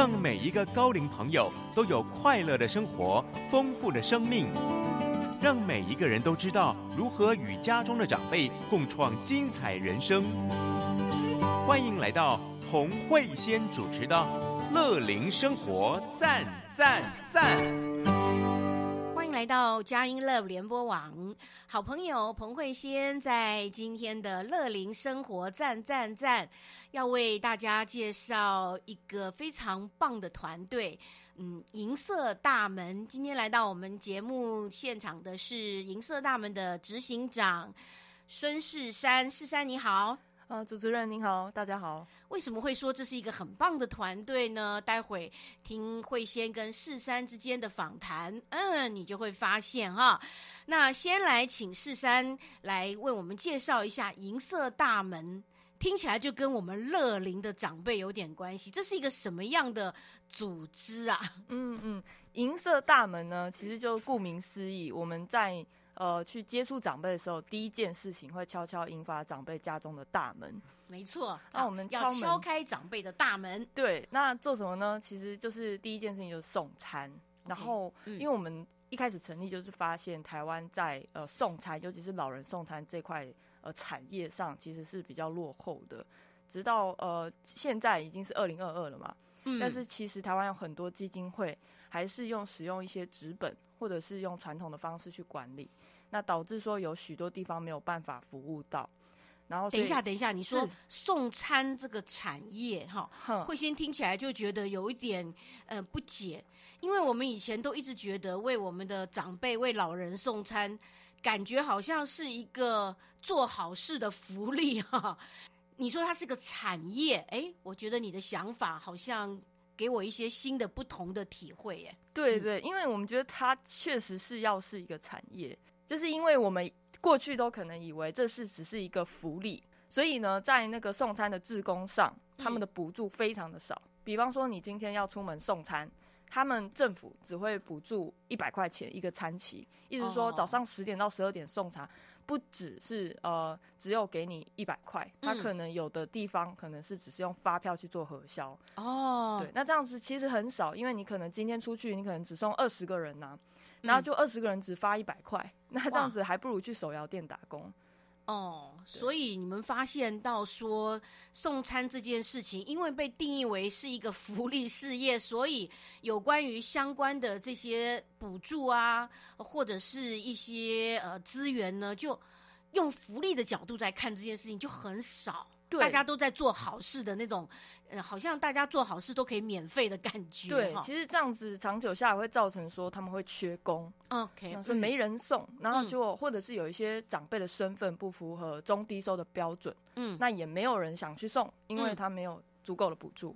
让每一个高龄朋友都有快乐的生活，丰富的生命，让每一个人都知道如何与家中的长辈共创精彩人生。欢迎来到洪慧仙主持的乐龄生活赞赞赞。 欢迎来到佳音 Love 联播网，好朋友彭慧仙在今天的乐龄生活赞赞赞，要为大家介绍一个非常棒的团队，银色大门。今天来到我们节目现场的是银色大门的执行长孙世山，世山你好。 主持人您好，大家好。 为什么会说这是一个很棒的团队呢？待会听慧仙跟世山之间的访谈，你就会发现哈。那先来请世山来为我们介绍一下银色大门，听起来就跟我们乐龄的长辈有点关系，这是一个什么样的组织啊？ 银色大门呢，其实就顾名思义，我们在去接触长辈的时候，第一件事情会悄悄引发长辈家中的大门。 没错， 那我们要敲开长辈的大门。 对，那做什么呢？其实就是第一件事情就是送餐。然后，因为我们一开始成立就是发现台湾在送餐，尤其是老人送餐这块产业上，其实是比较落后的。直到现在已经是2022了嘛，但是其实台湾有很多基金会还是使用一些纸本，或者是用传统的方式去管理。那导致说有许多地方没有办法服务到，然后等一下，你说送餐这个产业慧仙听起来就觉得有一点不解，因为我们以前都一直觉得为我们的长辈、为老人送餐，感觉好像是一个做好事的福利哈。你说它是个产业，我觉得你的想法好像给我一些新的不同的体会耶。 对，因为我们觉得它确实是一个产业。就是因为我们过去都可能以为这只是一个福利，所以呢，在那个送餐的志工上，他们的补助非常的少。比方说，你今天要出门送餐，他们政府只会补助100块钱一个餐期，意思说早上10点到12点送餐，不只是只有给你100块，他可能有的地方可能是只是用发票去做核销。对，那这样子其实很少，因为你可能今天出去，你可能只送20个人啊。然后就20个人只发100块，那这样子还不如去手摇店打工。 所以你们发现到说送餐这件事情，因为被定义为是一个福利事业，所以有关于相关的这些补助啊，或者是一些资源呢，就用福利的角度在看这件事情就很少。大家都在做好事的那种，好像大家做好事都可以免费的感觉。 对，其实这样子长久下来会造成说他们会缺工，所以没人送，然后就或者是有一些长辈的身份不符合中低收的标准，那也没有人想去送，因为他没有足够的补助。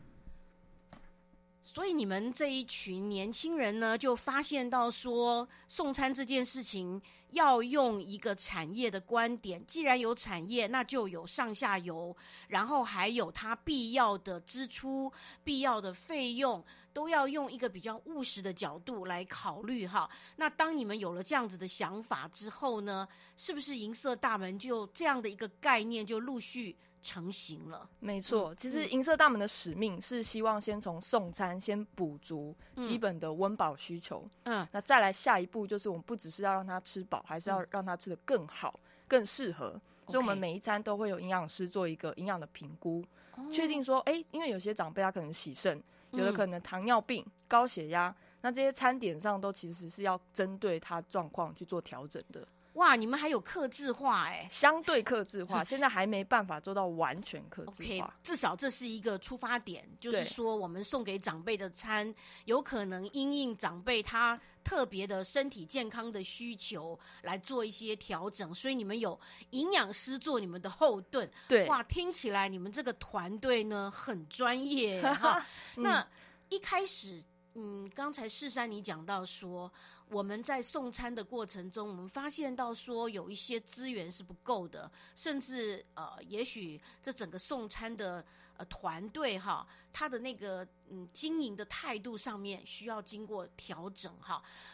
所以你们这一群年轻人呢，就发现到说送餐这件事情要用一个产业的观点，既然有产业，那就有上下游，然后还有它必要的支出、必要的费用，都要用一个比较务实的角度来考虑哈。那当你们有了这样子的想法之后呢，是不是银色大门就这样的一个概念就陆续成型了？ 没错，其实银色大门的使命是希望先从送餐先补足基本的温饱需求，那再来下一步就是我们不只是要让他吃饱，还是要让他吃得更好、更适合。所以我们每一餐都会有营养师做一个营养的评估，确定说，因为有些长辈他可能洗肾，有的可能糖尿病、高血压，那这些餐点上都其实是要针对他状况去做调整的。 哇，你们还有客制化相对客制化，现在还没办法做到完全客制化。 至少这是一个出发点，就是说我们送给长辈的餐，有可能因应长辈他特别的身体健康的需求来做一些调整，所以你们有营养师做你们的后盾。 对， 哇，听起来你们这个团队呢很专业哈。那一开始刚才世山你讲到说，我们在送餐的过程中，我们发现到说有一些资源是不够的，甚至也许这整个送餐的团队哈，他的那个经营的态度上面需要经过调整哈。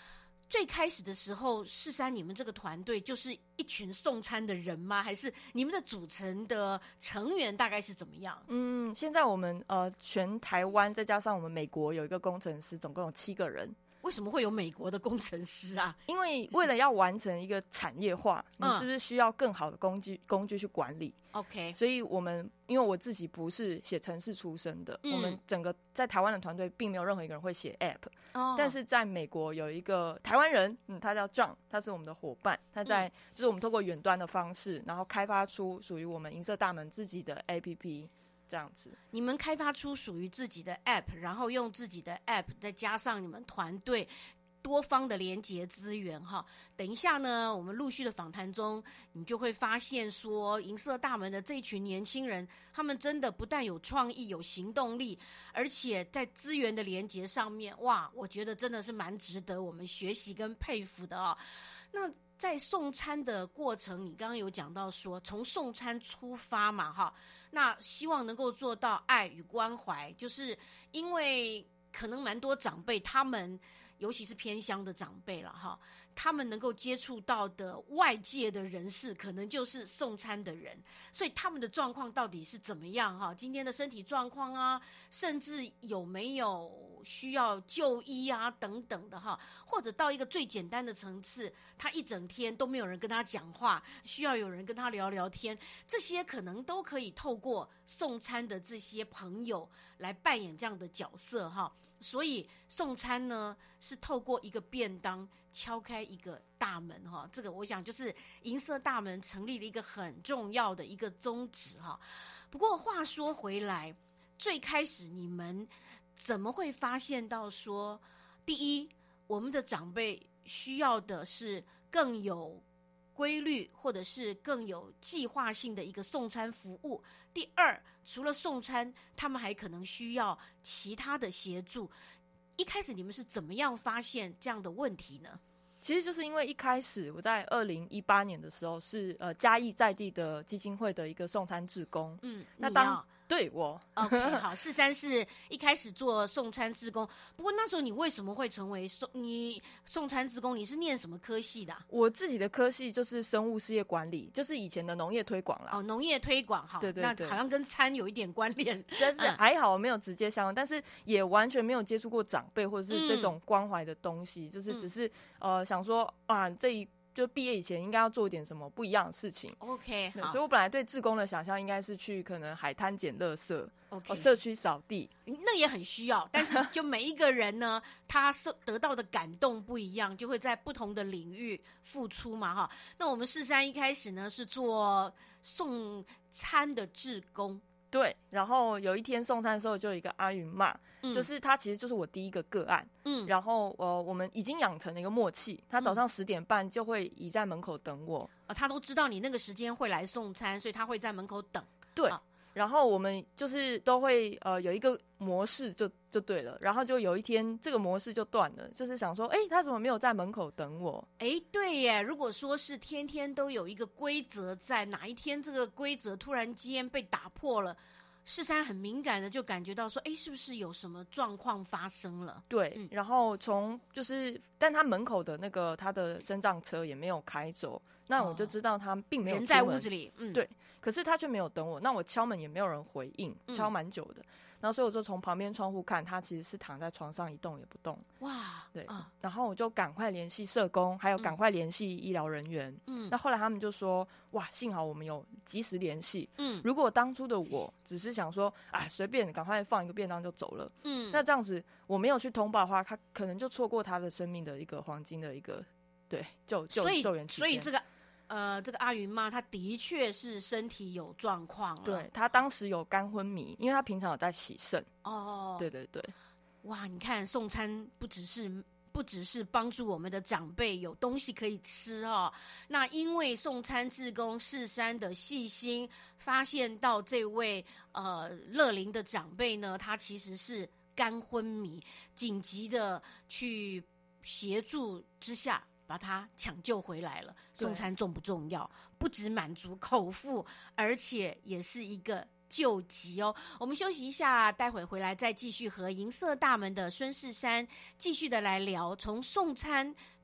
最开始的时候，世山你们这个团队就是一群送餐的人吗？还是你们的组成的成员大概是怎么样？ 现在我们全台湾再加上我们美国有一个工程师，总共有7个人。 为什么会有美国的工程师啊？ 因为为了要完成一个产业化，你是不是需要更好的工具去管理 ？OK， 所以因为我自己不是写程式出身的，我们整个在台湾的团队并没有任何一个人会写 App，但是在美国有一个台湾人，他叫 John， 他是我们的伙伴，他就是我们透过远端的方式，然后开发出属于我们银色大门自己的 APP。这样子， 你们开发出属于自己的 App， 然后用自己的 App 再加上你们团队多方的连结资源哈。等一下呢，我们陆续的访谈中，你就会发现说，银色大门的这一群年轻人，他们真的不但有创意、有行动力，而且在资源的连结上面，哇，我觉得真的是蛮值得我们学习跟佩服的啊。那在送餐的过程，你刚刚有讲到说从送餐出发嘛，哈，那希望能够做到爱与关怀，就是因为可能蛮多长辈，他们尤其是偏乡的长辈了哈，他们能够接触到的外界的人士，可能就是送餐的人，所以他们的状况到底是怎么样哈？今天的身体状况啊，甚至有没有需要就医啊等等的哈，或者到一个最简单的层次，他一整天都没有人跟他讲话，需要有人跟他聊聊天，这些可能都可以透过送餐的这些朋友来扮演这样的角色哈。所以送餐呢，是透过一个便当敲开一个大门哈，这个我想就是银色大门成立了一个很重要的一个宗旨哈。不过话说回来，最开始你们怎么会发现到说，第一，我们的长辈需要的是更有规律或者是更有计划性的一个送餐服务，第二，除了送餐，他们还可能需要其他的协助。一开始你们是怎么样发现这样的问题呢？ 其实就是因为一开始我在2018年的时候是嘉义在地的基金会的一个送餐志工，那对我 OK 好，世山是一开始做送餐志工，不过那时候你为什么会成为送餐志工？你是念什么科系的我自己的科系就是生物事业管理，就是以前的农业推广啦。 农业推广，好， 对， 那好像跟餐有一点关联， 但是还好没有直接相关，但是也完全没有接触过长辈或者是这种关怀的东西，就是只是想说啊，就毕业以前应该要做一点什么不一样的事情。 OK， 好， 所以我本来对志工的想象应该是去可能海滩捡垃圾， OK， 社区扫地， 那也很需要。但是就每一个人呢，他得到的感动不一样，就会在不同的领域付出嘛，哈。那我们世山一开始呢是做送餐的志工。 对，然后有一天送餐的时候，就有一个阿云妈，就是她其实就是我第一个个案，然后我们已经养成了一个默契，她早上10点半就会倚在门口等我， 她都知道你那个时间会来送餐，所以她会在门口等。 对，然后我们就是都会有一个模式就对了，然后就有一天这个模式就断了，就是想说，他怎么没有在门口等我？ 对耶，如果说是天天都有一个规则在，哪一天这个规则突然间被打破了，世山很敏感的就感觉到说，是不是有什么状况发生了？ 对，然后但他门口的那个他的身障车也没有开走，那我就知道他并没有人在屋子里， 对，可是他却没有等我，那我敲门也没有人回应，敲蛮久的，然后所以我就从旁边窗户看，他其实是躺在床上一动也不动。 哇， 对，然后我就赶快联系社工，还有赶快联系医疗人员。那后来他们就说，哇，幸好我们有及时联系。如果当初的我只是想说，随便赶快放一个便当就走了，那这样子我没有去通报的话，他可能就错过他的生命的一个黄金的一个救援期间。 所以这个阿云妈她的确是身体有状况了， 对，她当时有肝昏迷，因为她平常有在洗肾。对， 哇，你看送餐不只是帮助我们的长辈有东西可以吃哦，那因为送餐志工世山的细心，发现到这位乐龄的长辈呢，他其实是肝昏迷，紧急的去协助之下把他抢救回来了。送餐重不重要？不只满足口腹，而且也是一个救急哦。我们休息一下，待会回来再继续和银色大门的孙世山继续的来聊，从送餐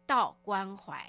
到关怀。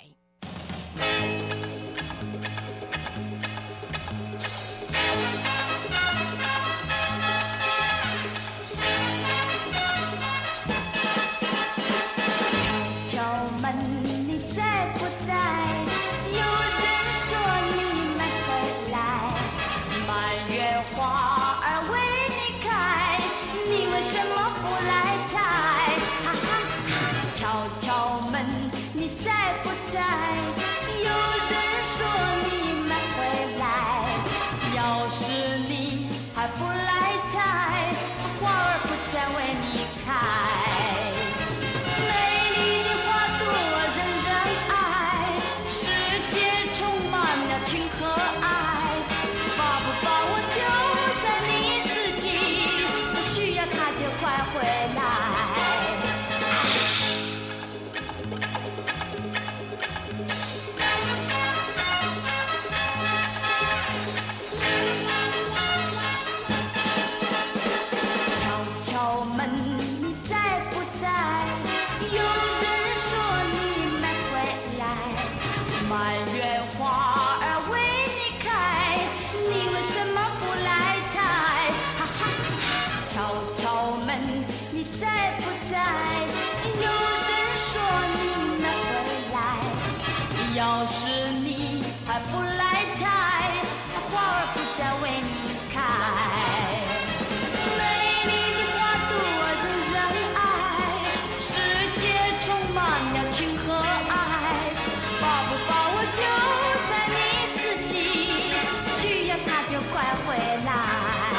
要是你还不来采，花儿不再为你开。美丽的花朵人人爱，世界充满了情和爱。抱不抱我就在你自己，需要它就快回来。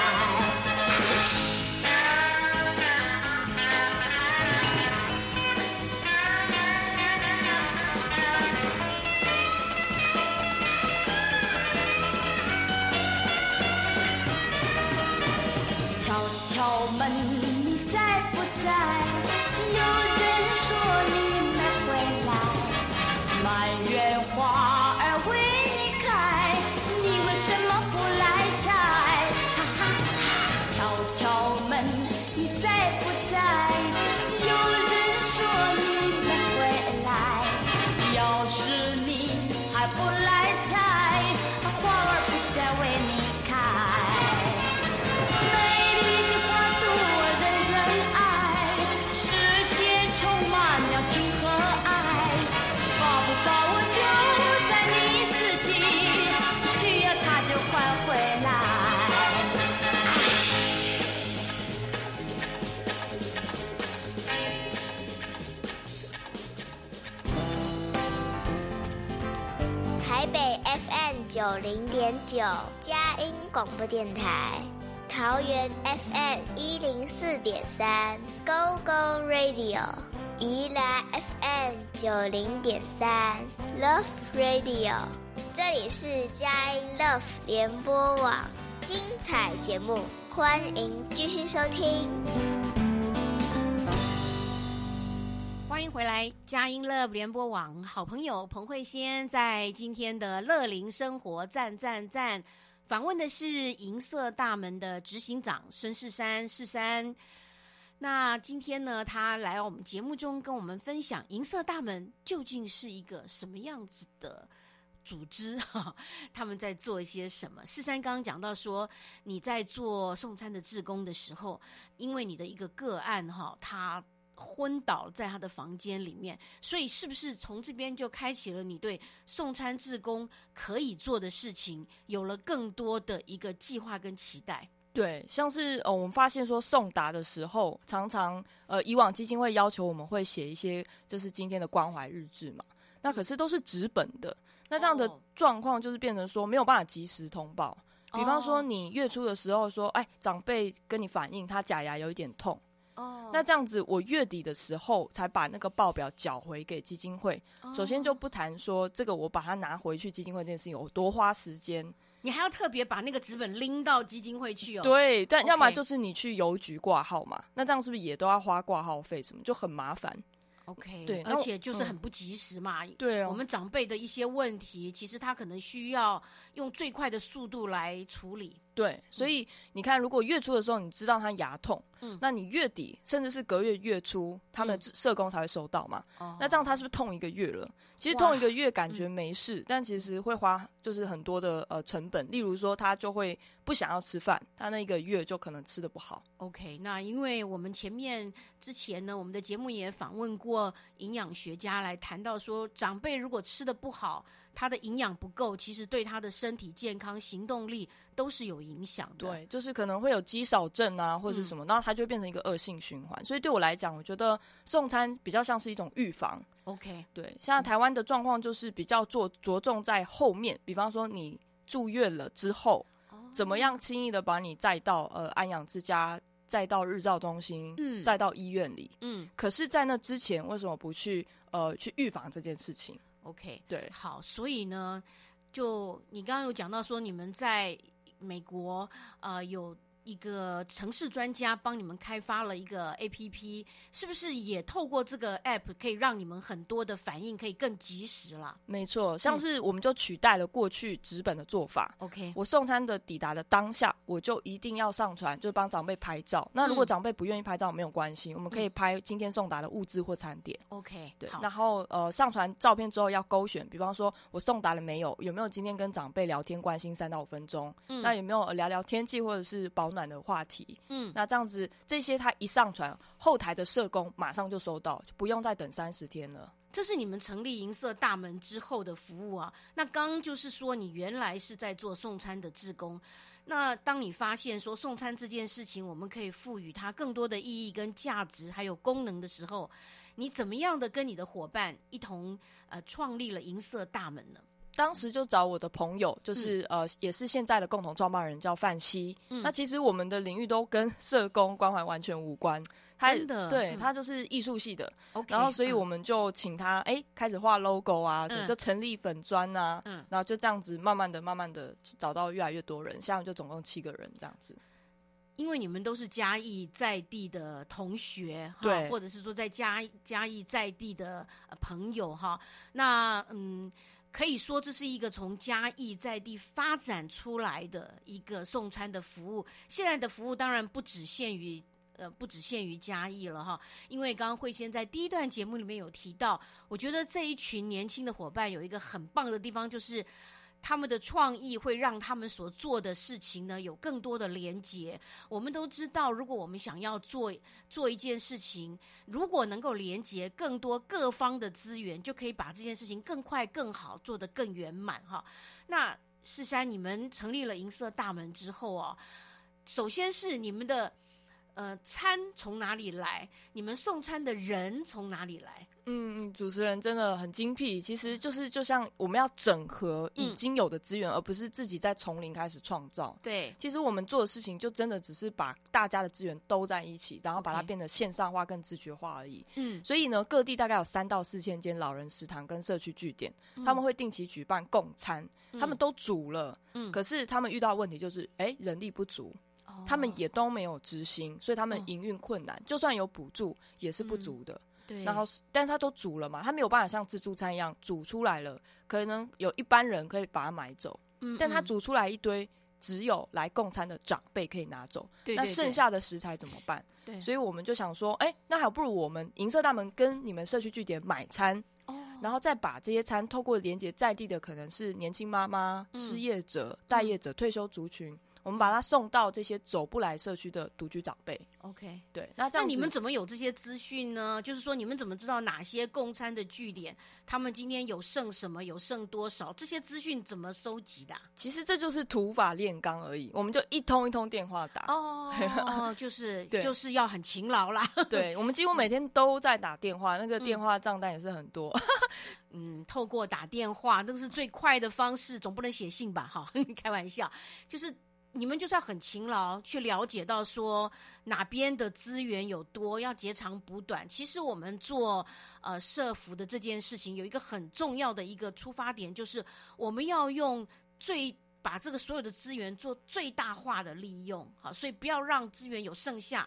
敲敲门，你在不在？有人说你没回来，满园花儿为你开，你为什么不来采？哈哈哈！敲敲门，你在不在？有人说你没回来，要是你还不来采，花儿不再为你开。 台北 FM90.9 佳音广播电台，桃园 FM104.3 Go Go Radio， 宜兰 FM90.3 Love Radio， 这里是佳音 Love 联播网，精彩节目，欢迎继续收听。 欢迎回来，佳音乐联播网，好朋友彭慧仙在今天的乐龄生活赞赞赞访问的是银色大门的执行长孙世山。那今天呢，他来到我们节目中跟我们分享银色大门究竟是一个什么样子的组织，他们在做一些什么。世山刚刚讲到说，你在做送餐的志工的时候，因为你的一个个案他昏倒在他的房间里面，所以是不是从这边就开启了你对送餐志工可以做的事情有了更多的一个计划跟期待？ 对，像是我们发现说送达的时候，常常以往基金会要求我们会写一些就是今天的关怀日志嘛，那可是都是纸本的，那这样的状况就是变成说没有办法及时通报。比方说你月初的时候说，长辈跟你反映他假牙有一点痛。那这样子我月底的时候才把那个报表缴回给基金会。首先就不谈说这个我把它拿回去基金会这件事情有多花时间， 你还要特别把那个纸本拎到基金会去对，但要么就是你去邮局挂号嘛，那这样是不是也都要花挂号费什么，就很麻烦。 OK， 对， 而且就是很不及时嘛。 对啊， 我们长辈的一些问题，其实他可能需要用最快的速度来处理。 对，所以你看，如果月初的时候你知道他牙痛，那你月底甚至是隔月初，他们社工才会收到嘛。那这样他是不是痛1个月了？其实痛1个月感觉没事，但其实会花就是很多的成本。例如说，他就会不想要吃饭，他那1个月就可能吃得不好。 OK， 那因为我们之前呢，我们的节目也访问过营养学家来谈到说，长辈如果吃得不好，他的营养不够，其实对他的身体健康、行动力都是有影响的。 对，就是可能会有肌少症啊，或者是什么，然后它就会变成一个恶性循环。所以对我来讲，我觉得送餐比较像是一种预防。 OK， 对，像台湾的状况就是比较着重在后面，比方说你住院了之后，怎么样轻易的把你载到安养之家，再到日照中心，再到医院里。可是在那之前为什么不去预防这件事情？ OK， 对， 好，所以呢，就你刚刚有讲到说，你们在美国有一个城市专家帮你们开发了一个 APP， 是不是也透过这个 App 可以让你们很多的反应可以更及时啦？ 没错，像是我们就取代了过去纸本的做法。 OK， 我送餐的抵达的当下，我就一定要上传，就是帮长辈拍照。那如果长辈不愿意拍照，没有关系，我们可以拍今天送达的物资或餐点。 OK， 对，然后上传照片之后要勾选，比方说我送达了没有，有没有今天跟长辈聊天关心3到5分钟，那有没有聊聊天气或者是保暖的话题。那这样子这些他一上传，后台的社工马上就收到，就不用再等30天了。 这是你们成立银色大门之后的服务啊。那刚刚就是说你原来是在做送餐的志工，那当你发现说送餐这件事情我们可以赋予它更多的意义跟价值还有功能的时候，你怎么样的跟你的伙伴一同创立了银色大门呢？ 当时就找我的朋友，就是也是现在的共同创办人叫范希。那其实我们的领域都跟社工关怀完全无关， 真的， 对，他就是艺术系的。 Okay， 然后所以我们就请他开始画 logo 啊，就成立粉专啊，然后就这样子慢慢的找到越来越多人，现在就总共7个人这样子。 因为你们都是嘉义在地的同学， 对， 或者是说在嘉义在地的朋友哈，那可以说这是一个从嘉义在地发展出来的一个送餐的服务。现在的服务当然不只限于嘉义了哈，因为刚刚慧仙在第一段节目里面有提到，我觉得这一群年轻的伙伴有一个很棒的地方，就是他们的创意会让他们所做的事情呢有更多的连结。我们都知道，如果我们想要做一件事情，如果能够连结更多各方的资源，就可以把这件事情更快更好做得更圆满哈。那世珊，你们成立了银色大门之后首先是你们的餐从哪里来？你们送餐的人从哪里来？ 主持人真的很精辟，其实就像我们要整合已经有的资源，而不是自己再从零开始创造。 对， 其实我们做的事情就真的只是把大家的资源都在一起，然后把它变得线上化、更直觉化而已。所以呢，各地大概有3到4千间老人食堂跟社区据点，他们会定期举办共餐，他们都煮了，可是他们遇到的问题就是人力不足。他们也都没有执行，所以他们营运困难，就算有补助也是不足的。 对， 然后但是他都煮了嘛，他没有办法像自助餐一样煮出来了，可能有一般人可以把它买走，但他煮出来一堆，只有来共餐的长辈可以拿走，那剩下的食材怎么办？对，所以我们就想说，那还不如我们银色大门跟你们社区据点买餐。然后再把这些餐透过连结在地的可能是年轻妈妈、失业者、待业者、退休族群，我们把它送到这些走不来社区的独居长辈。 OK， 对，那这样子， 那你们怎么有这些资讯呢？就是说，你们怎么知道哪些共餐的据点，他们今天有剩什么，有剩多少？这些资讯怎么收集的？ 其实这就是土法炼钢而已，我们就一通电话打。 就是要很勤劳啦。 对，我们几乎每天都在打电话，那个电话账单也是很多。 透过打电话，那个是最快的方式，总不能写信吧？哈，开玩笑，就是你们就是要很勤劳，去了解到说哪边的资源有多，要截长补短。其实我们做社福的这件事情，有一个很重要的一个出发点，就是我们要用把这个所有的资源做最大化的利用，好，所以不要让资源有剩下。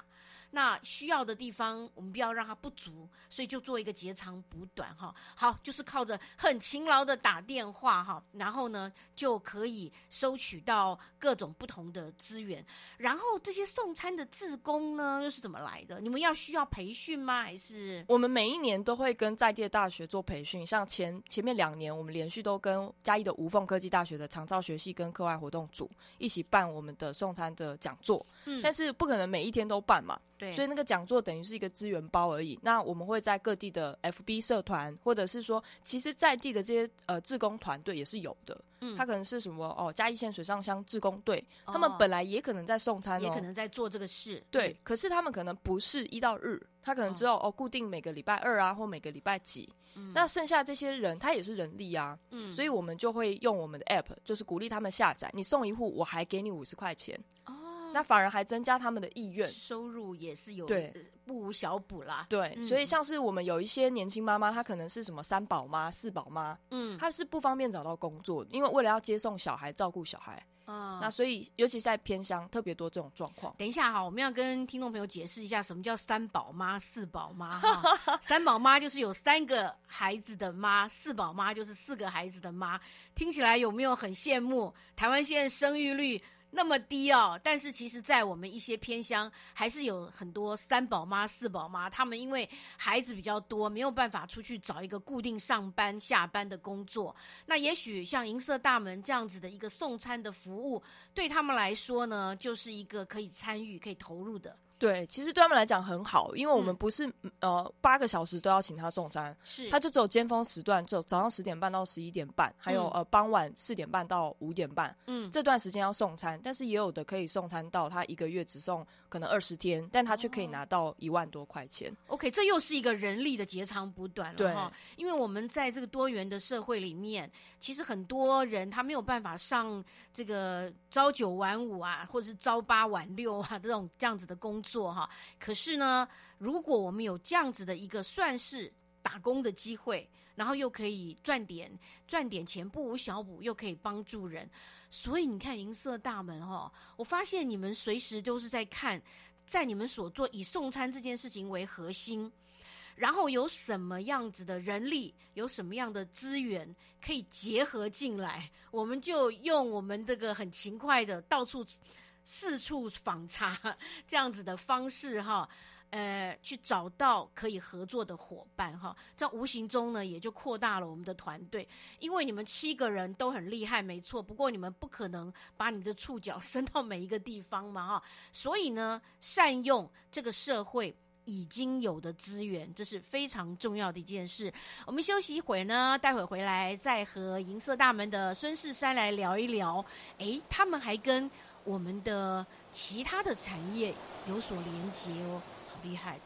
那需要的地方我们不要让它不足，所以就做一个截长补短哈。好，就是靠着很勤劳的打电话哈，然后呢就可以收取到各种不同的资源。然后这些送餐的志工呢又是怎么来的？你们需要培训吗？还是我们每一年都会跟在地的大学做培训，像前面2年我们连续都跟嘉义的无缝科技大学的长照学系跟课外活动组一起办我们的送餐的讲座，但是不可能每一天都办嘛， 对， 所以那个讲座等于是一个资源包而已。那我们会在各地的 FB 社团，或者是说其实在地的这些志工团队也是有的，他可能是什么嘉义县水上乡志工队，他们本来也可能在送餐也可能在做这个事， 对，可是他们可能不是1到日，他可能只有固定每个礼拜2啊，或每个礼拜几，那剩下这些人他也是人力啊，所以我们就会用我们的 app， 就是鼓励他们下载，你送一户我还给你50块钱，那反而还增加他们的意愿， 收入也是有对不无小补啦。 对，所以像是我们有一些年轻妈妈，她可能是什么3宝妈、4宝妈，她是不方便找到工作的，因为为了要接送小孩、照顾小孩。那所以尤其在偏乡特别多这种状况。 等一下哈，我们要跟听众朋友解释一下什么叫3宝妈、4宝妈哈。3宝妈就是有3个孩子的妈，4宝妈就是4个孩子的妈。听起来有没有很羡慕？台湾现在生育率那么低哦，但是其实在我们一些偏乡还是有很多3宝妈、4宝妈，他们因为孩子比较多，没有办法出去找一个固定上班下班的工作，那也许像银色大门这样子的一个送餐的服务，对他们来说呢，就是一个可以参与可以投入的。 对，其实对他们来讲很好，因为我们不是8个小时都要请他送餐， 是他就只有尖峰时段，就早上10点半到11点半，还有傍晚4点半到5点半，这段时间要送餐，但是也有的可以送餐到他1个月只送可能20天，但他却可以拿到1万多块钱。 OK， 这又是一个人力的截长补短了哈。因为我们在这个多元的社会里面，其实很多人他没有办法上这个朝9晚5啊，或者是朝8晚6啊这样子的工作哈。可是呢，如果我们有这样子的一个算是打工的机会，然后又可以赚点钱，不无小补，又可以帮助人，所以你看银色大门我发现你们随时都是在看，在你们所做以送餐这件事情为核心，然后有什么样子的人力，有什么样的资源可以结合进来，我们就用我们这个很勤快的到处四处访查这样子的方式去找到可以合作的伙伴这样无形中呢也就扩大了我们的团队。因为你们7个人都很厉害没错，不过你们不可能把你们的触角伸到每一个地方嘛所以呢善用这个社会已经有的资源，这是非常重要的一件事。我们休息一会儿呢，待会回来再和银色大门的孙世山来聊一聊，他们还跟我们的其他的产业有所连结哦，好厉害的。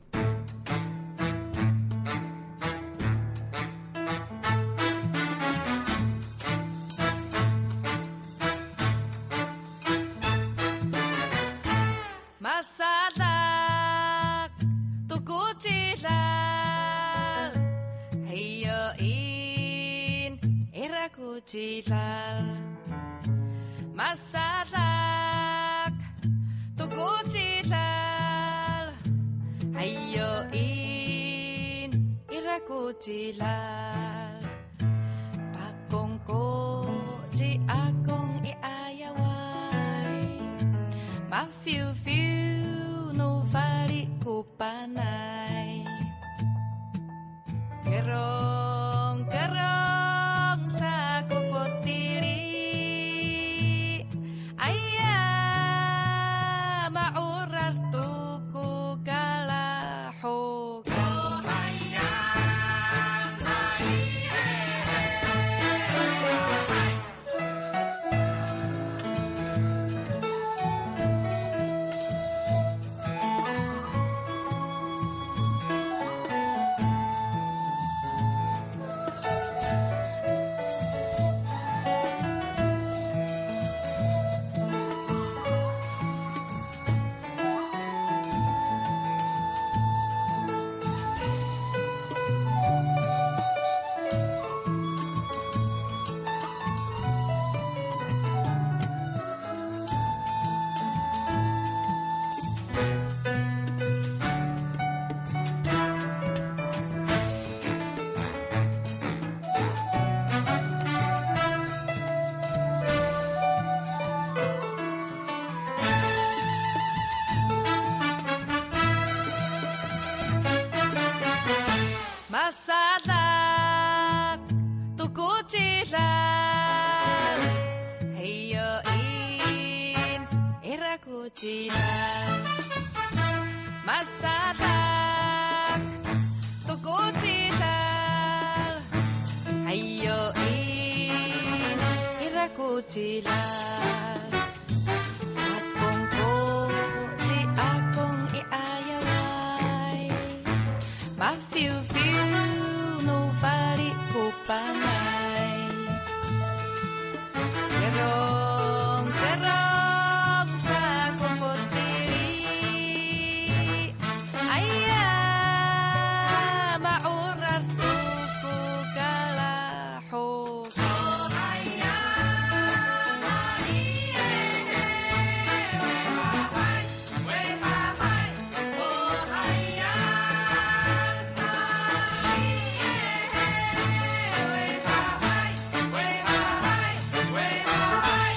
Masalak tugutilal hayoin irakutilal pakongko ji akong iayaway mafiu-fiu no vali ko panay kerong sa kufotili jilat masatak tuku jital ayo in iraku jilat akong ko si akong iayaway ma-fiu-fiu no vali ko panay Terong sa kuputili Aya maurat tuku kalaho Oh aya maiye we hahai Oh aya maiye we hahai we hahai we hahai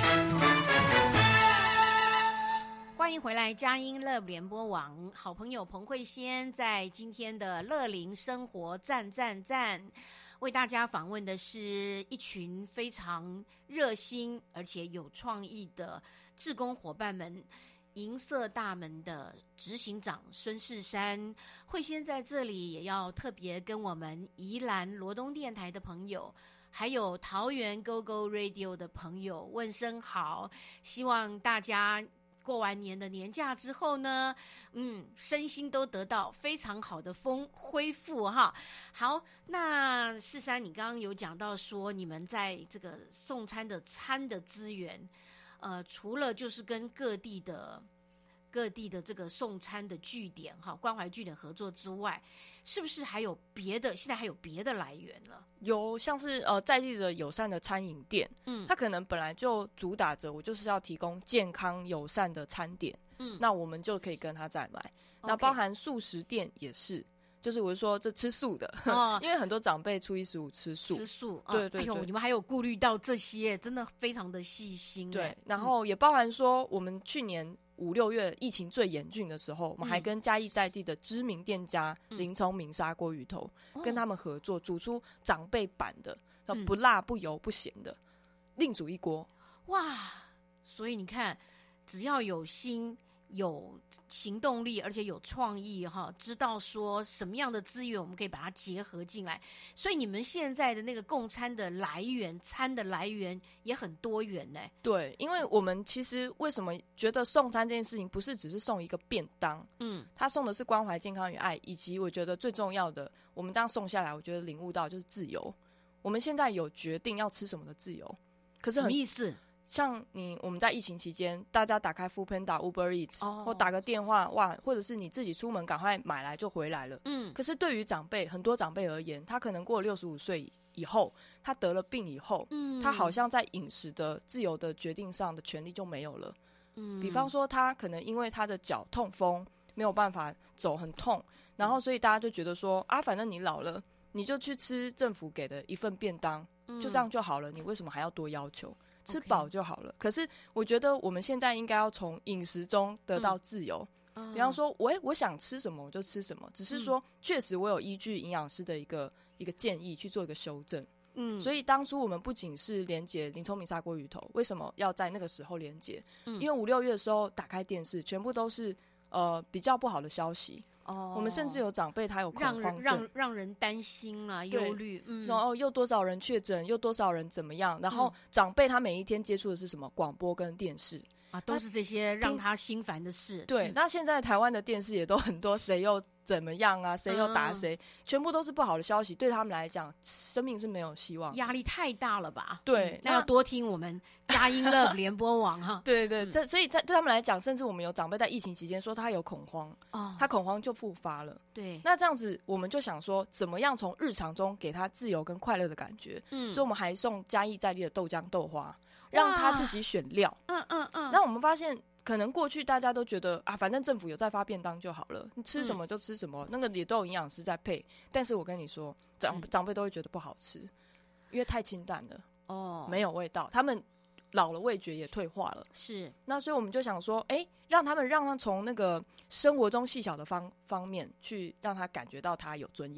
欢迎回来，佳音乐联播网，好朋友彭慧仙在今天的乐龄生活赞赞赞，为大家访问的是一群非常热心而且有创意的志工伙伴们。银色大门的执行长孙世山，慧仙在这里也要特别跟我们宜兰罗东电台的朋友，还有桃园 Go Go Radio 的朋友问声好，希望大家过完年的年假之后呢，身心都得到非常好的恢复哈。好，那世山，你刚刚有讲到说，你们在这个送餐的餐的资源，除了就是跟各地的这个送餐的据点哈，关怀据点合作之外，是不是还有别的？现在还有别的来源了？ 有像是在地的友善的餐饮店，它可能本来就主打着我就是要提供健康友善的餐点，那我们就可以跟他再买。那包含素食店也是，就是我是说这吃素的，因为很多长辈初一十五吃素，对对对， 哎呦，你们还有顾虑到这些，真的非常的细心。 对，然后也包含说我们去年5、6月疫情最严峻的时候，我们还跟嘉义在地的知名店家林聪明砂锅鱼头，跟他们合作煮出长辈版的，不辣不油不咸的，另煮一锅。 哇！所以你看，只要有心、有行动力，而且有创意哈，知道说什么样的资源我们可以把它结合进来。所以你们现在的那个供餐的来源、餐的来源也很多元呢。 对，因为我们其实为什么觉得送餐这件事情不是只是送一个便当，他送的是关怀、健康与爱，以及我觉得最重要的，我们这样送下来，我觉得领悟到就是自由。我们现在有决定要吃什么的自由，可是什么意思？ 像我们在疫情期间，大家打开 Foodpanda、Uber Eats，或打个电话，哇，或者是你自己出门赶快买来就回来了。可是对于很多长辈而言，他可能过了65岁以后，他得了病以后，他好像在饮食的自由的决定上的权利就没有了。比方说他可能因为他的脚痛风没有办法走，很痛，然后所以大家就觉得说啊，反正你老了，你就去吃政府给的一份便当，就这样就好了，你为什么还要多要求？吃饱就好了。可是我觉得我们现在应该要从饮食中得到自由。比方说我想吃什么我就吃什么，只是说确实我有依据营养师的一个建议去做一个修正。所以当初我们不仅是连结林聪明砂锅鱼头，为什么要在那个时候连结？因为5、6月的时候打开电视，全部都是比较不好的消息。我们甚至有长辈他有恐慌症， 让人担心啊，忧虑。 然后又多少人确诊，又多少人怎么样？然后长辈他每一天接触的是什么？广播跟电视啊，都是这些让他心烦的事。 对，那现在台湾的电视也都很多，谁又怎么样啊？谁又打谁？全部都是不好的消息，对他们来讲，生命是没有希望， 压力太大了吧？ 对， 那要多听我们佳音乐联播网哈。 对对，所以对他们来讲，甚至我们有长辈在疫情期间说他有恐慌，他恐慌就复发了。 对， 那这样子我们就想说，怎么样从日常中给他自由跟快乐的感觉？所以我们还送嘉义在地的豆浆豆花，让他自己选料。那我们发现，可能过去大家都觉得啊，反正政府有在发便当就好了，你吃什么就吃什么，那个也都有营养师在配。但是我跟你说，长辈都会觉得不好吃，因为太清淡了，没有味道，他们老了味觉也退化了。 是， 那所以我们就想说，让他从那个生活中细小的方面去让他感觉到他有尊严。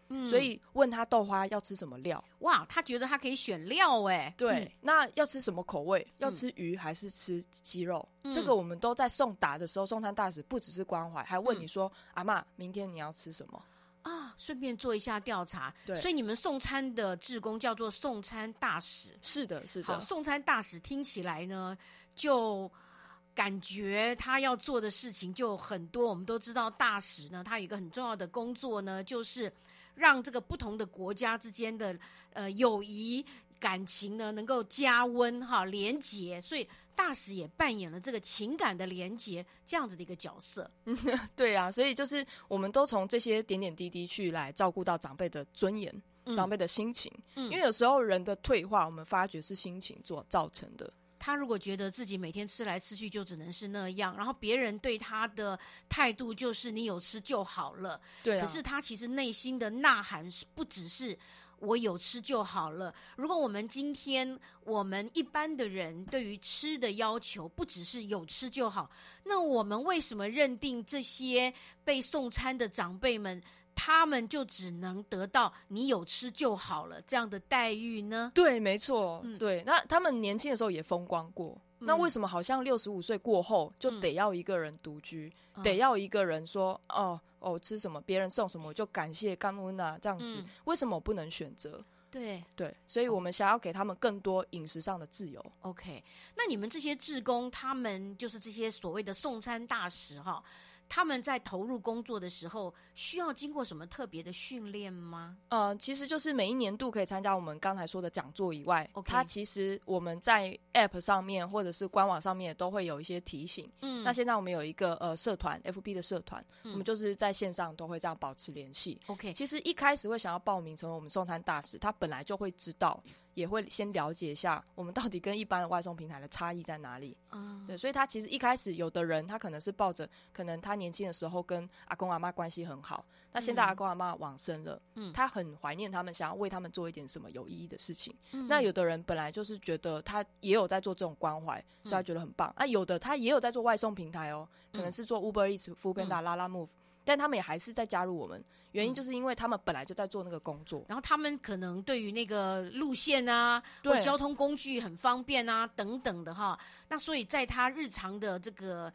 所以问他豆花要吃什么料。 哇，他觉得他可以选料哎。 对，那要吃什么口味？要吃鱼还是吃鸡肉？这个我们都在送达的时候，送餐大使不只是关怀，还问你说，阿嬷，明天你要吃什么？ 啊，顺便做一下调查。 对， 所以你们送餐的志工叫做送餐大使。 是的，是的。 好，送餐大使听起来呢，就感觉他要做的事情就很多。我们都知道，大使呢，他有一个很重要的工作呢，就是让这个不同的国家之间的友谊感情呢能够加温哈，连结。所以大使也扮演了这个情感的连结这样子的一个角色。 对啊，所以就是我们都从这些点点滴滴去来照顾到长辈的尊严、长辈的心情。因为有时候人的退化，我们发觉是心情造成的。 他如果觉得自己每天吃来吃去就只能是那样，然后别人对他的态度就是你有吃就好了， 对啊， 可是他其实内心的呐喊是不只是我有吃就好了。如果我们今天我们一般的人对于吃的要求不只是有吃就好，那我们为什么认定这些被送餐的长辈们他们就只能得到你有吃就好了这样的待遇呢？ 对，没错，对。那他们年轻的时候也风光过，那为什么好像65岁过后就得要一个人独居，得要一个人说哦吃什么别人送什么我就感谢感恩啊这样子？为什么我不能选择？对，所以我们想要给他们更多饮食上的自由。 OK， 那你们这些志工，他们就是这些所谓的送餐大使哈，他们在投入工作的时候，需要经过什么特别的训练吗？ 其实就是每一年度可以参加我们刚才说的讲座以外， Okay. 它其实我们在 App 上面或者是官网上面都会有一些提醒。那现在我们有一个社团 FB 的社团，我们就是在线上都会这样保持联系。 OK， 其实一开始会想要报名成为我们送餐大使，他本来就会知道，也会先了解一下我们到底跟一般的外送平台的差异在哪里。对，所以他其实一开始有的人他可能是抱着可能他年轻的时候跟阿公阿嬷关系很好，那现在阿公阿嬷往生了，他很怀念他们，想要为他们做一点什么有意义的事情。那有的人本来就是觉得他也有在做这种关怀，所以他觉得很棒。有的他也有在做外送平台哦，可能是做 Uber Eats、Foodpanda、Lalamove，但他们也还是在加入我们，原因就是因为他们本来就在做那个工作， 然后他们可能对于那个路线啊，或交通工具很方便啊等等的哈，那所以在他日常的这个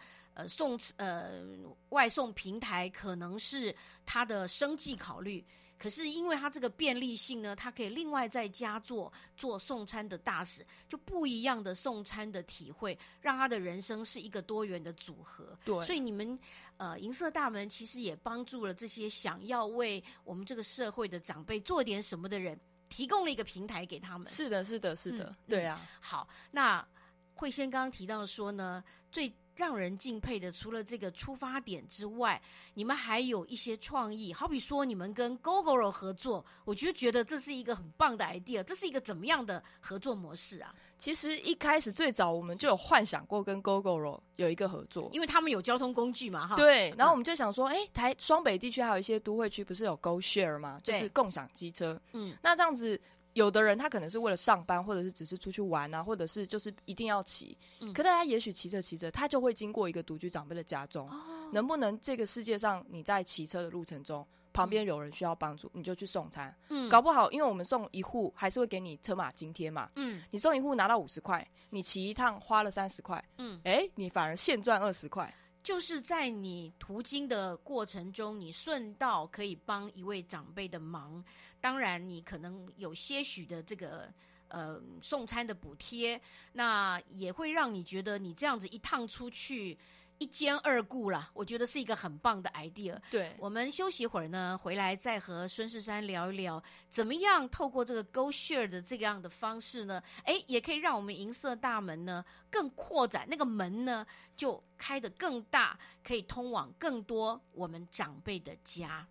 外送平台可能是他的生计考虑。可是因为它这个便利性呢，它可以另外再加做送餐的大使，就不一样的送餐的体会，让他的人生是一个多元的组合。 对， 所以你们银色大门其实也帮助了这些想要为我们这个社会的长辈做点什么的人，提供了一个平台给他们。 是的，对啊。 好，那慧仙刚刚提到说呢，最让人敬佩的，除了这个出发点之外，你们还有一些创意，好比说你们跟 Gogoro 合作，我觉得这是一个很棒的 idea。这是一个怎么样的合作模式啊？ 其实一开始最早我们就有幻想过跟 Gogoro 有一个合作， 因为他们有交通工具嘛，哈。 对，然后我们就想说，双北地区还有一些都会区不是有 GoShare 吗？就是共享机车。那这样子。有的人他可能是为了上班，或者是只是出去玩啊，或者是就是一定要骑。可大家也许骑着骑着，他就会经过一个独居长辈的家中。能不能这个世界上你在骑车的路程中，旁边有人需要帮助，你就去送餐。搞不好因为我们送一户还是会给你车马津贴嘛。你送一户拿到50块，你骑一趟花了30块。你反而现赚20块。 就是在你途经的过程中，你顺道可以帮一位长辈的忙，当然你可能有些许的这个送餐的补贴，那也会让你觉得你这样子一趟出去一兼二顾啦，我觉得是一个很棒的 idea。 对， 我们休息一会儿呢，回来再和孙世山聊一聊，怎么样透过这个 GoShare 的这样的方式呢，也可以让我们银色大门呢更扩展，那个门呢就开得更大，可以通往更多我们长辈的家。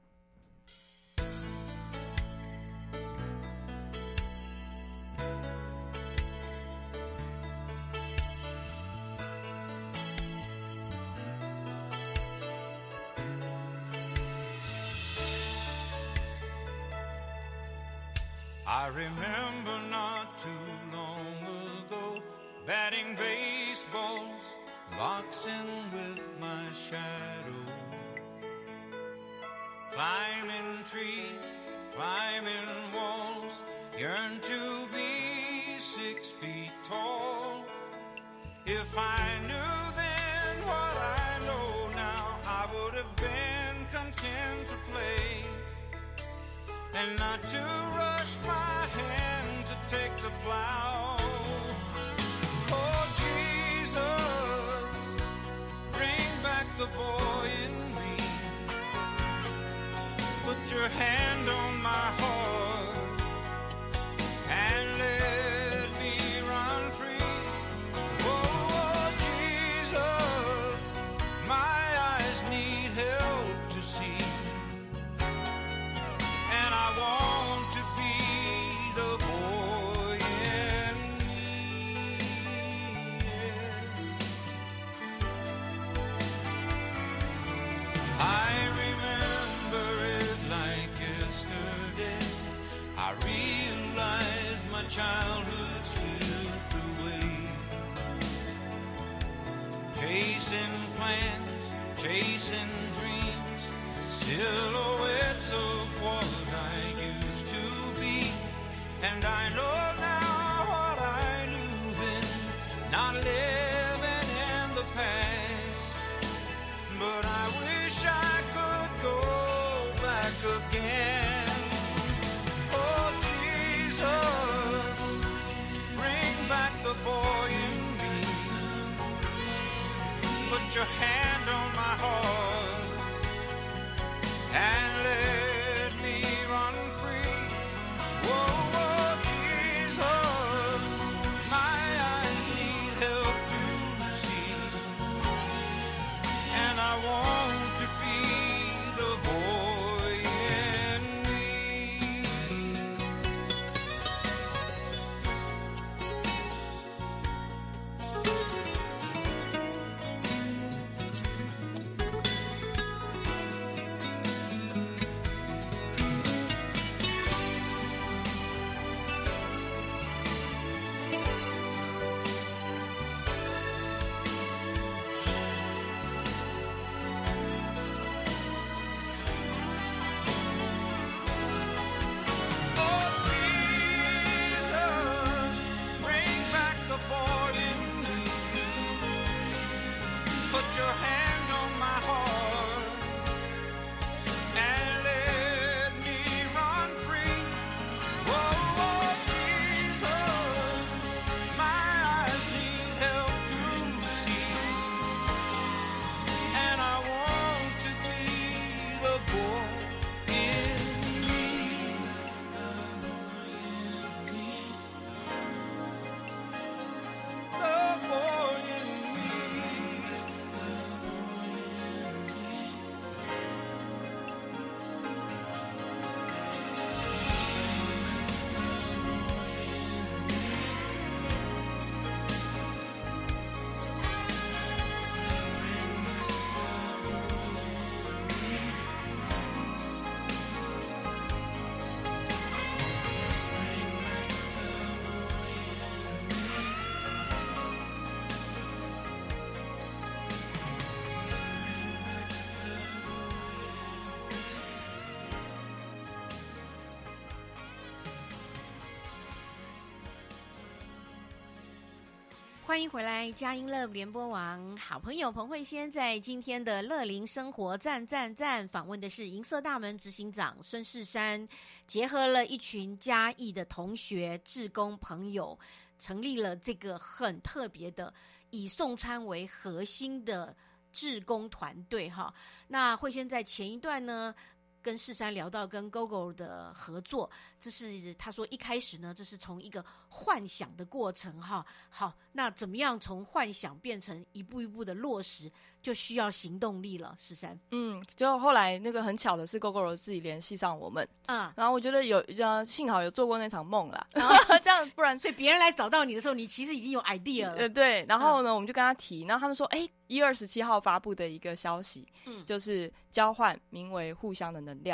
I remember not too long ago batting baseballs, boxing with my shadow, climbing trees, climbing walls, yearn to be 6 feet tall. If I knew then what I know now, I would have been content to play and not to rush my hand to take the plow. Oh Jesus, bring back the boy in me. Put your hand on my heart and let me run free. Oh Jesus, my eyes need help to see, and I want to be the boy in me. I remember it like yesterday. I realized my childhood slipped away. Chasing plans, chasing dreams, silhouettes of what I used to be. And I know now what I knew then, not living in the past. But I wish I could go back again. Oh Jesus, bring back the boy in me. Put your hand on my heart and let me run free. Oh Jesus, my eyes need help to see, and I want to be the boy in me. Oh Jesus, bring back the boy in me. Put your hand on my heart and let me run free. Oh Jesus, my eyes need help to see, and I want to be the boy in me. The boy in me. 欢迎回来，佳音乐联播网，好朋友彭慧仙在今天的乐龄生活赞赞赞访问的是银色大门执行长孙世山，结合了一群嘉义的同学、志工朋友，成立了这个很特别的以送餐为核心的志工团队哈。那慧仙在前一段呢，跟世山聊到跟 GoGo 的合作，这是他说一开始呢，这是从一个幻想的过程哈。好，那怎么样从幻想变成一步一步的落实，就需要行动力了。世山， 就后来那个很巧的是 GoGo 自己联系上我们，然后我觉得幸好有做过那场梦啦，这样不然， 所以别人来找到你的时候，你其实已经有 idea 了。 对，然后呢，我们就跟他提，然后他们说，1月17号发布的一个消息，就是交换名为互相的能量。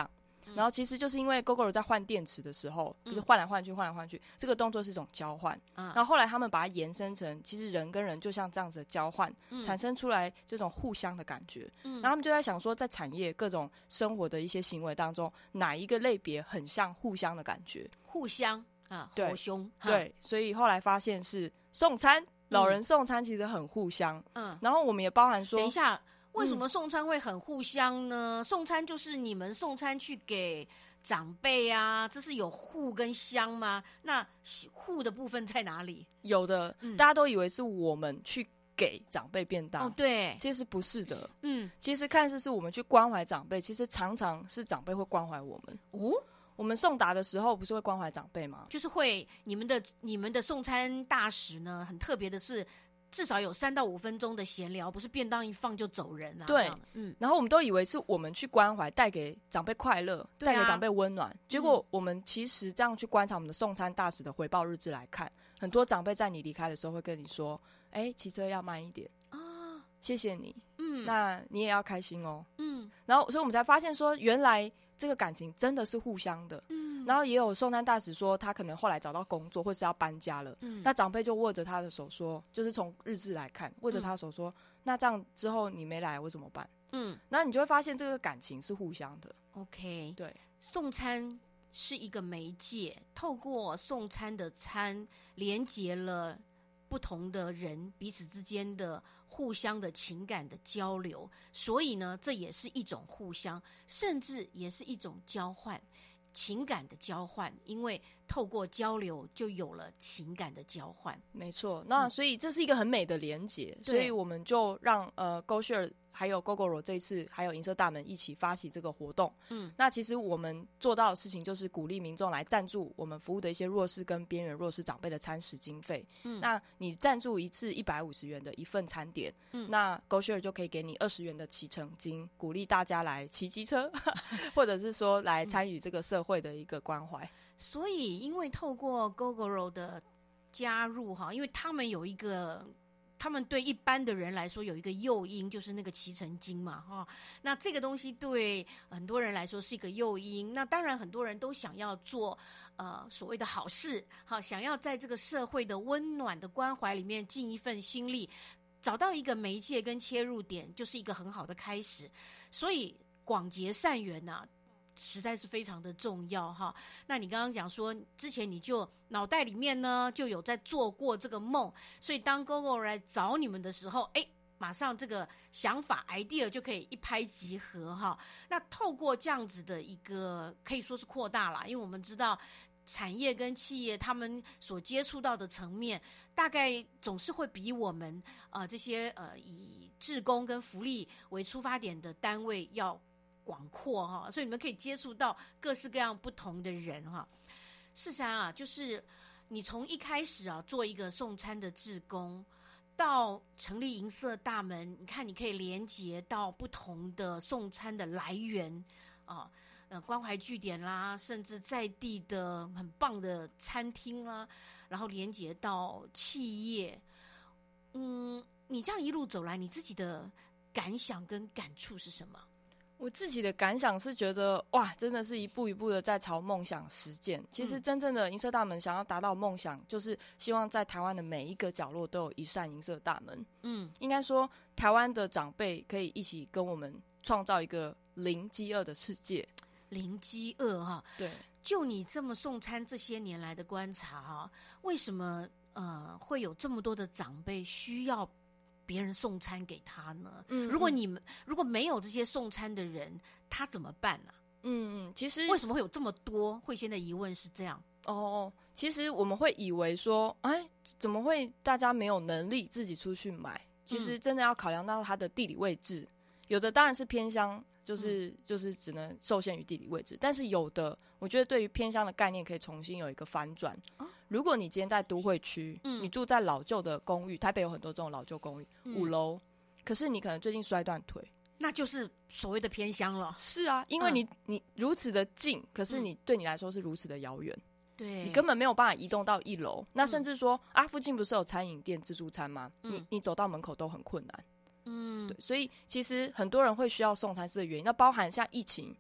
然后其实就是因为 Gogoro 在换电池的时候，就是换来换去，这个动作是一种交换。然后后来他们把它延伸成，其实人跟人就像这样子的交换，产生出来这种互相的感觉。然后他们就在想说，在产业各种生活的一些行为当中，哪一个类别很像互相的感觉？ 互相啊， 对火凶， 对，所以后来发现是送餐，老人送餐其实很互相。然后我们也包含说， 等一下。为什么送餐会很互相呢？送餐就是你们送餐去给长辈啊，这是有互跟相吗？那互的部分在哪里？ 有的，大家都以为是我们去给长辈便当， 对， 其实不是的。其实看似是我们去关怀长辈，其实常常是长辈会关怀我们。我们送达的时候不是会关怀长辈吗？ 就是会你们的送餐大使呢，很特别的是。至少有3到5分钟的闲聊，不是便当一放就走人啊。 对，然后我们都以为是我们去关怀，带给长辈快乐，带给长辈温暖。结果我们其实这样去观察我们的送餐大使的回报日志来看，很多长辈在你离开的时候会跟你说：“骑车要慢一点啊，谢谢你。那你也要开心哦。”然后所以我们才发现说，原来这个感情真的是互相的。然后也有送餐大使说，他可能后来找到工作或是要搬家了，那长辈就握着他的手说，就是从日志来看，握着他的手说，那这样之后你没来我怎么办？然后你就会发现这个感情是互相的。 OK， 对， 送餐是一个媒介，透过送餐的餐连结了不同的人彼此之间的互相的情感的交流，所以呢，这也是一种互相，甚至也是一种交换。情感的交换，因为透过交流就有了情感的交换。 没错，那所以这是一个很美的连结，所以我们就让GoShare 还有 Gogoro 这一次还有银色大门一起发起这个活动。那其实我们做到的事情就是鼓励民众来赞助我们服务的一些弱势跟边缘弱势长辈的餐食经费。那你赞助一次150元的一份餐点，那 GoShare 就可以给你20元的启程金，鼓励大家来骑机车，或者是说来参与这个社会的一个关怀。 所以，因为透过 Gogoro 的加入哈，因为他们有一个。他们对一般的人来说有一个诱因，就是那个骑乘金嘛，那这个东西对很多人来说是一个诱因。那当然很多人都想要做所谓的好事，想要在这个社会的温暖的关怀里面尽一份心力，找到一个媒介跟切入点，就是一个很好的开始。所以广结善缘啊，实在是非常的重要哈。那你刚刚讲说，之前你就脑袋里面呢就有在做过这个梦，所以当 Gogoro 来找你们的时候，马上这个想法 idea 就可以一拍即合哈。那透过这样子的一个可以说是扩大啦，因为我们知道产业跟企业他们所接触到的层面，大概总是会比我们这些以志工跟福利为出发点的单位要广阔哈，所以你们可以接触到各式各样不同的人哈。世珊啊，就是你从一开始啊做一个送餐的志工，到成立银色大门，你看你可以连接到不同的送餐的来源啊，关怀据点啦，甚至在地的很棒的餐厅啦，然后连接到企业。你这样一路走来，你自己的感想跟感触是什么？ 我自己的感想是觉得，哇，真的是一步一步的在朝梦想实践。其实真正的银色大门想要达到梦想，就是希望在台湾的每一个角落都有一扇银色大门。应该说台湾的长辈可以一起跟我们创造一个零饥饿的世界。 零饥饿哈， 对。 就你这么送餐这些年来的观察哈，为什么会有这么多的长辈需要别人送餐给他呢？如果没有这些送餐的人，他怎么办呢？ 其实为什么会有这么多？会现在疑问是这样。 其实我们会以为说，怎么会大家没有能力自己出去买？其实真的要考量到它的地理位置，有的当然是偏乡。就是只能受限于地理位置，但是有的，我觉得对于偏乡的概念可以重新有一个反转。如果你今天在都会区，你住在老旧的公寓，台北有很多这种老旧公寓，5楼，可是你可能最近摔断腿， 那就是所谓的偏乡了。 是啊，因为你如此的近，可是你对你来说是如此的遥远。 对， 你根本没有办法移动到1楼，那甚至说附近不是有餐饮店自助餐吗？你走到门口都很困难。对，所以其实很多人会需要送餐是的原因，那包含像疫情，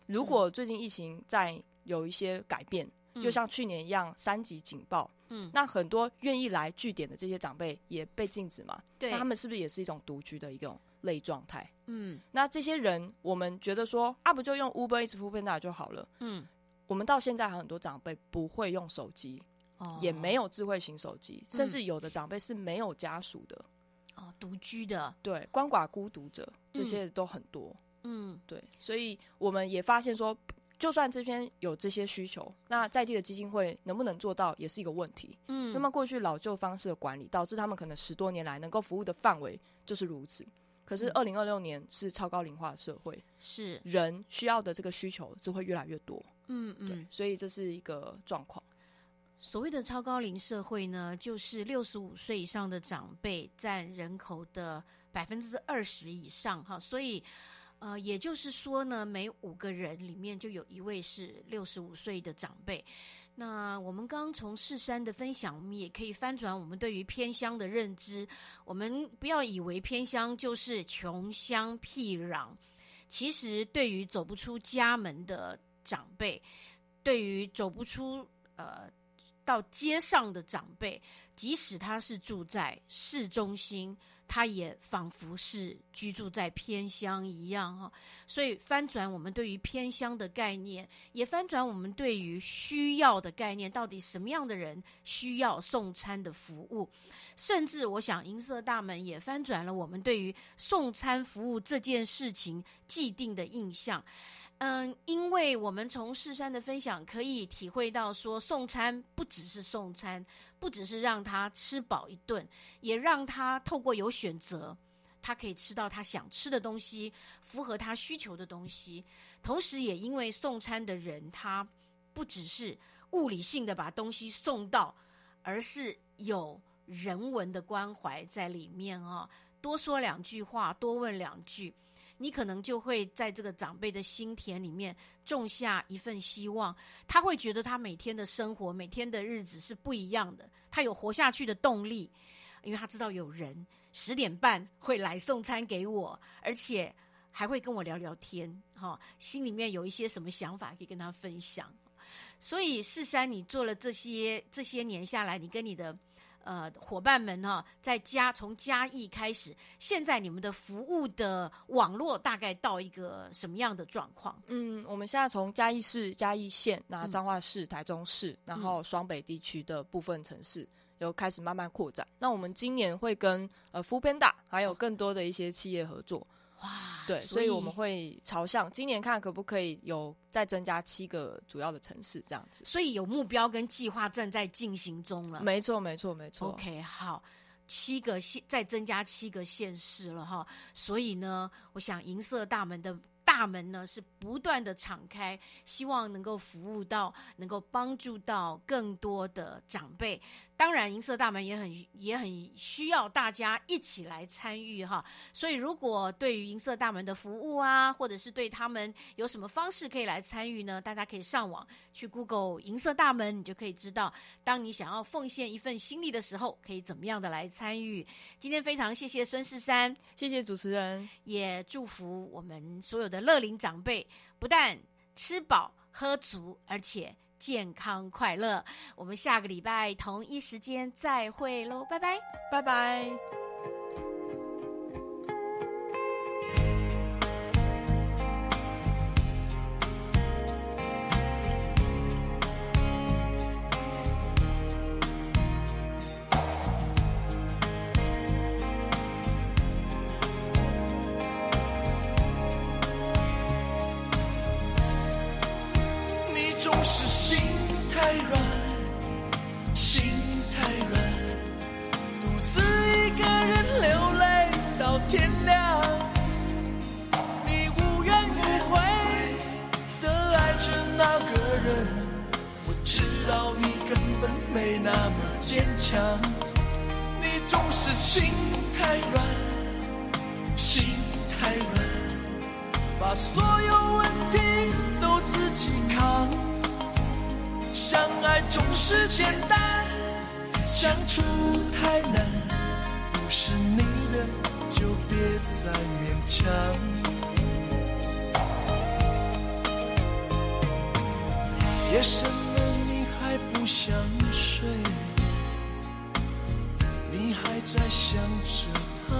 如果最近疫情在有一些改变，就像去年一样3级警报，那很多愿意来据点的这些长辈也被禁止嘛，对，那他们是不是也是一种独居的一种类状态？那这些人我们觉得说不就用 Uber Eats、Foodpanda 就好了，我们到现在很多长辈不会用手机，也没有智慧型手机，甚至有的长辈是没有家属的， 独居的， 对，鳏寡孤独者，这些都很多，对，所以我们也发现说，就算这边有这些需求，那在地的基金会能不能做到也是一个问题。那么过去老旧方式的管理，导致他们可能10多年来能够服务的范围就是如此。可是2026年是超高龄化的社会，是人需要的这个需求只会越来越多。对，所以这是一个状况。 所谓的超高龄社会呢，就是65岁以上的长辈占人口的20%以上哈，所以也就是说呢，每5个人里面就有1位是65岁的长辈。那我们刚刚从世山的分享，我们也可以翻转我们对于偏乡的认知。我们不要以为偏乡就是穷乡僻壤，其实对于走不出家门的长辈，对于走不出到街上的长辈，即使他是住在市中心，他也仿佛是居住在偏乡一样。所以翻转我们对于偏乡的概念，也翻转我们对于需要的概念，到底什么样的人需要送餐的服务，甚至我想银色大门也翻转了我们对于送餐服务这件事情既定的印象。因为我们从世山的分享可以体会到说，送餐不只是送餐，不只是让他吃饱一顿，也让他透过有选择，他可以吃到他想吃的东西，符合他需求的东西。同时也因为送餐的人他不只是物理性的把东西送到，而是有人文的关怀在里面。多说2句话，多问2句，你可能就会在这个长辈的心田里面种下一份希望。他会觉得他每天的生活，每天的日子是不一样的，他有活下去的动力，因为他知道有人10点半会来送餐给我，而且还会跟我聊聊天，心里面有一些什么想法可以跟他分享。所以世山，你做了这些年下来，你跟你的伙伴们在从嘉义开始，现在你们的服务的网络大概到一个什么样的状况？ 我们现在从嘉义市、嘉义县、彰化市、台中市，然后双北地区的部分城市有开始慢慢扩展。那我们今年会跟Foodpanda 还有更多的一些企业合作。哇，对，所以我们会朝向今年看可不可以有再增加7个主要的城市这样子。 所以有目标跟计划正在进行中了。 没错。 OK， 好，7个再增加7个县市了哈。所以呢，我想银色大门的大门呢是不断的敞开，希望能够服务到，能够帮助到更多的长辈。当然银色大门也很需要大家一起来参与哈。所以如果对于银色大门的服务啊，或者是对他们有什么方式可以来参与呢，大家可以上网去 Google 银色大门，你就可以知道当你想要奉献一份心力的时候可以怎么样的来参与。今天非常谢谢孙世山， 谢谢主持人， 也祝福我们所有的乐龄长辈不但吃饱喝足，而且健康快乐。我们下个礼拜同一时间再会喽，拜拜， 拜拜。 没那么坚强，你总是心太软，心太软，把所有问题都自己扛。相爱总是简单，相处太难，不是你的就别再勉强。 夜深了你还不想睡，你还在想着他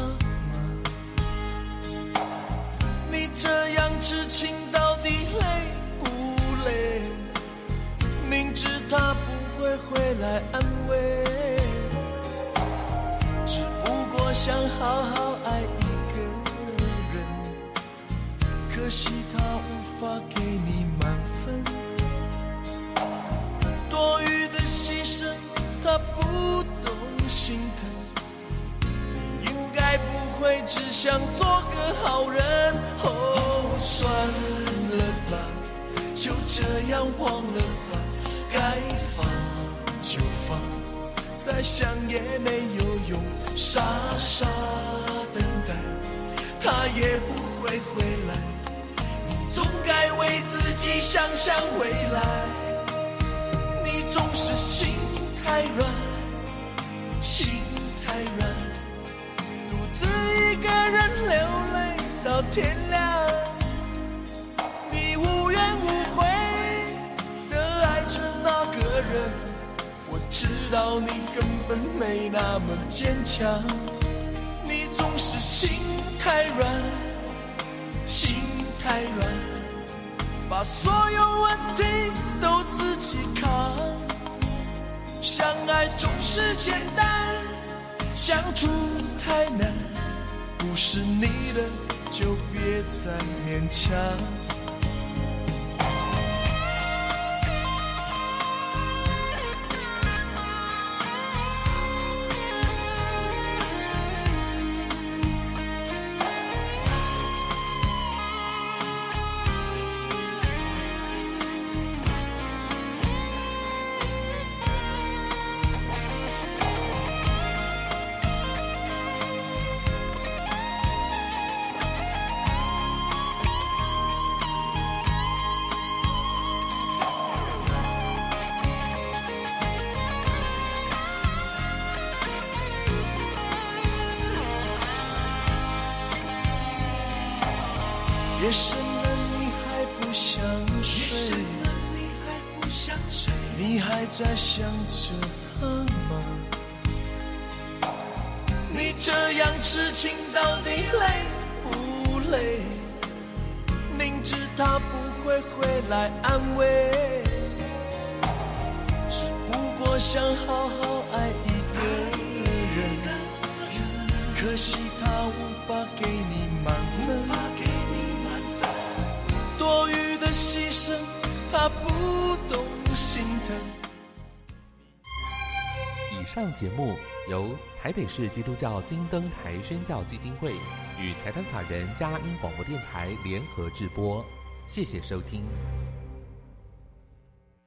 吗？你这样痴情到底累不累？明知他不会回来安慰，只不过想好好爱一个人，可惜他无法给你满分，多余的牺牲他不懂心疼，应该不会只想做个好人。哦，算了吧，就这样忘了吧，该放就放，再想也没有用，傻傻等待，他也不会回来，你总该为自己想想未来。你总是心太软，心太软，独自一个人流泪到天亮，你无怨无悔的爱着那个人，我知道你根本没那么坚强，你总是心太软，心太软，把所有问题都自己扛，相爱总是简单，相处太难，不是你的就别再勉强。夜深了你还不想睡，你还在想着他吗？你这样痴情到底累不累？明知他不会回来安慰，只不过想好好爱一个人，可惜他无法给你满分，多余的牺牲他不懂心疼。 以上节目由台北市基督教金灯台宣教基金会与财团法人嘉音广播电台联合制播，谢谢收听。